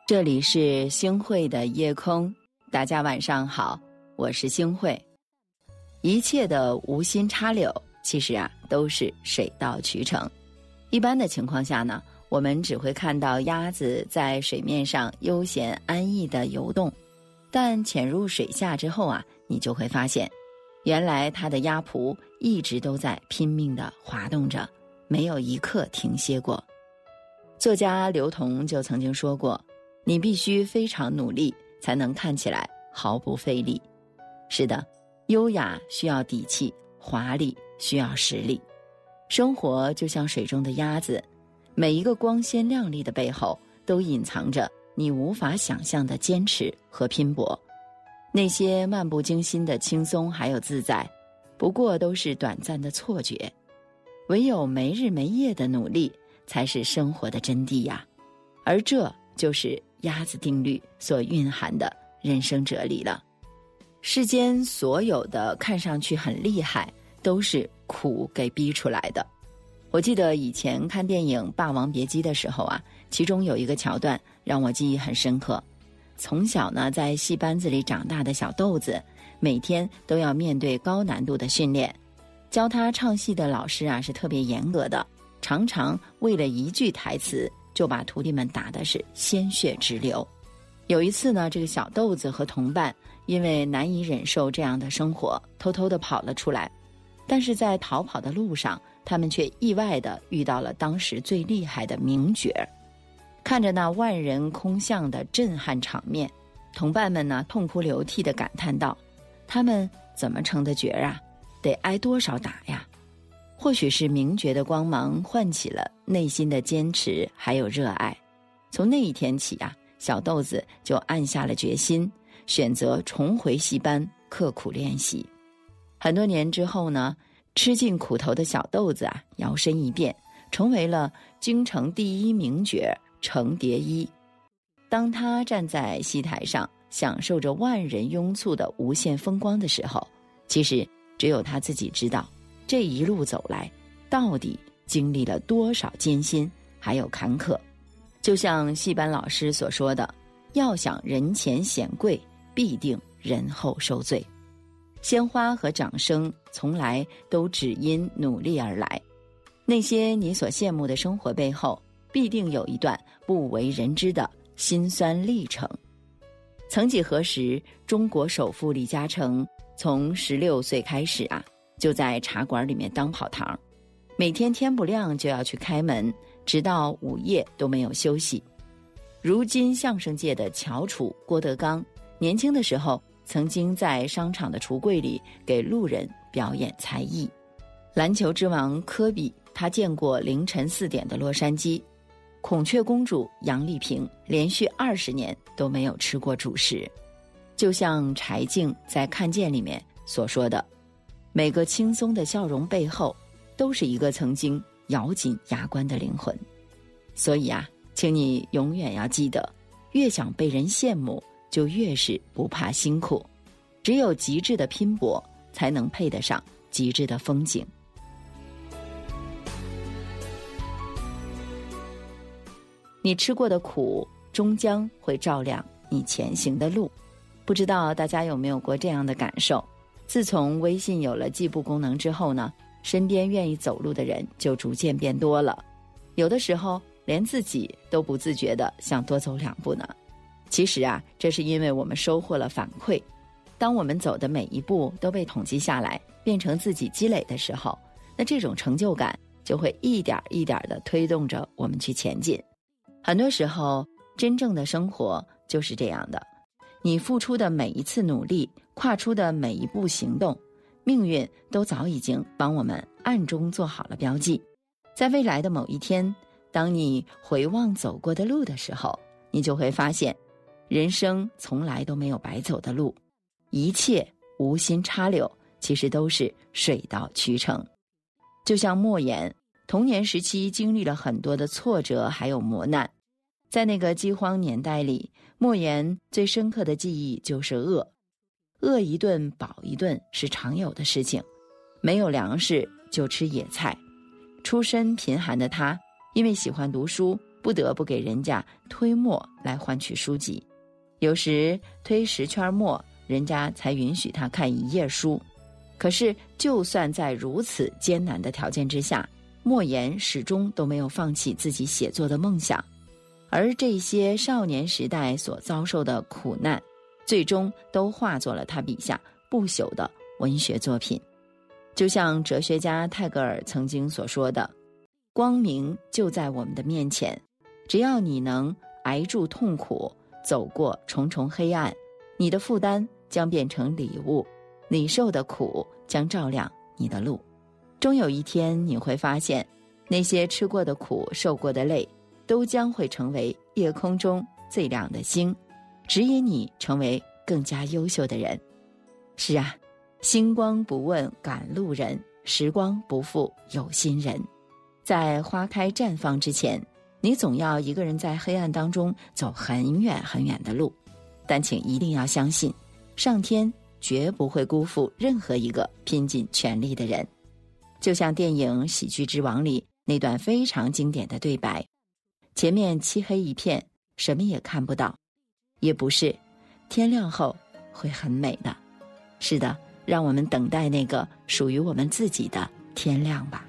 这里是星慧的夜空，大家晚上好，我是星慧。一切的无心插柳，其实都是水到渠成。一般的情况下呢，我们只会看到鸭子在水面上悠闲安逸地游动，但潜入水下之后你就会发现，原来它的鸭蹼一直都在拼命地滑动着，没有一刻停歇过。作家刘同就曾经说过，你必须非常努力，才能看起来毫不费力。是的，优雅需要底气，华丽需要实力。生活就像水中的鸭子，每一个光鲜亮丽的背后，都隐藏着你无法想象的坚持和拼搏。那些漫不经心的轻松还有自在，不过都是短暂的错觉。唯有没日没夜的努力，才是生活的真谛呀。而这就是鸭子定律所蕴含的人生哲理了。世间所有的看上去很厉害，都是苦给逼出来的。我记得以前看电影《霸王别姬》的时候其中有一个桥段让我记忆很深刻。从小呢在戏班子里长大的小豆子，每天都要面对高难度的训练。教他唱戏的老师是特别严格的，常常为了一句台词就把徒弟们打的是鲜血直流。有一次呢，这个小豆子和同伴因为难以忍受这样的生活，偷偷地跑了出来。但是在逃跑的路上，他们却意外地遇到了当时最厉害的名角。看着那万人空巷的震撼场面，同伴们呢痛哭流涕地感叹道，他们怎么成的角得挨多少打呀。或许是名角的光芒唤起了内心的坚持还有热爱。从那一天起小豆子就暗下了决心，选择重回戏班刻苦练习。很多年之后呢，吃尽苦头的小豆子摇身一变，成为了京城第一名角程蝶衣。当他站在戏台上，享受着万人拥簇的无限风光的时候，其实只有他自己知道，这一路走来到底经历了多少艰辛还有坎坷。就像戏班老师所说的，要想人前显贵，必定人后受罪。鲜花和掌声从来都只因努力而来，那些你所羡慕的生活背后，必定有一段不为人知的辛酸历程。曾几何时，中国首富李嘉诚从16岁开始就在茶馆里面当跑堂，每天天不亮就要去开门，直到午夜都没有休息。如今相声界的翘楚郭德纲，年轻的时候曾经在商场的橱柜里给路人表演才艺。篮球之王科比，他见过凌晨4点的洛杉矶。孔雀公主杨丽萍连续20年都没有吃过主食。就像柴静在《看见》里面所说的，每个轻松的笑容背后，都是一个曾经咬紧牙关的灵魂。所以请你永远要记得，越想被人羡慕，就越是不怕辛苦。只有极致的拼搏，才能配得上极致的风景。你吃过的苦，终将会照亮你前行的路。不知道大家有没有过这样的感受？自从微信有了计步功能之后呢，身边愿意走路的人就逐渐变多了。有的时候连自己都不自觉地想多走2步呢。其实这是因为我们收获了反馈。当我们走的每一步都被统计下来，变成自己积累的时候，那这种成就感就会一点一点地推动着我们去前进。很多时候，真正的生活就是这样的，你付出的每一次努力，跨出的每一步行动，命运都早已经帮我们暗中做好了标记。在未来的某一天，当你回望走过的路的时候，你就会发现，人生从来都没有白走的路，一切无心插柳，其实都是水到渠成。就像莫言，童年时期经历了很多的挫折还有磨难。在那个饥荒年代里，莫言最深刻的记忆就是饿。饿一顿饱一顿是常有的事情，没有粮食就吃野菜。出身贫寒的他，因为喜欢读书， 不得不给人家推磨来换取书籍。有时推10圈磨，人家才允许他看1页书。可是就算在如此艰难的条件之下，莫言始终都没有放弃自己写作的梦想。而这些少年时代所遭受的苦难，最终都化作了他笔下不朽的文学作品。就像哲学家泰戈尔曾经所说的，光明就在我们的面前，只要你能挨住痛苦，走过重重黑暗，你的负担将变成礼物，你受的苦将照亮你的路。终有一天你会发现，那些吃过的苦，受过的累，都将会成为夜空中最亮的星，指引你成为更加优秀的人。是啊，星光不问赶路人，时光不负有心人。在花开绽放之前，你总要一个人在黑暗当中走很远很远的路，但请一定要相信，上天绝不会辜负任何一个拼尽全力的人。就像电影《喜剧之王》里那段非常经典的对白，前面漆黑一片，什么也看不到，也不是，天亮后会很美的。是的，让我们等待那个属于我们自己的天亮吧。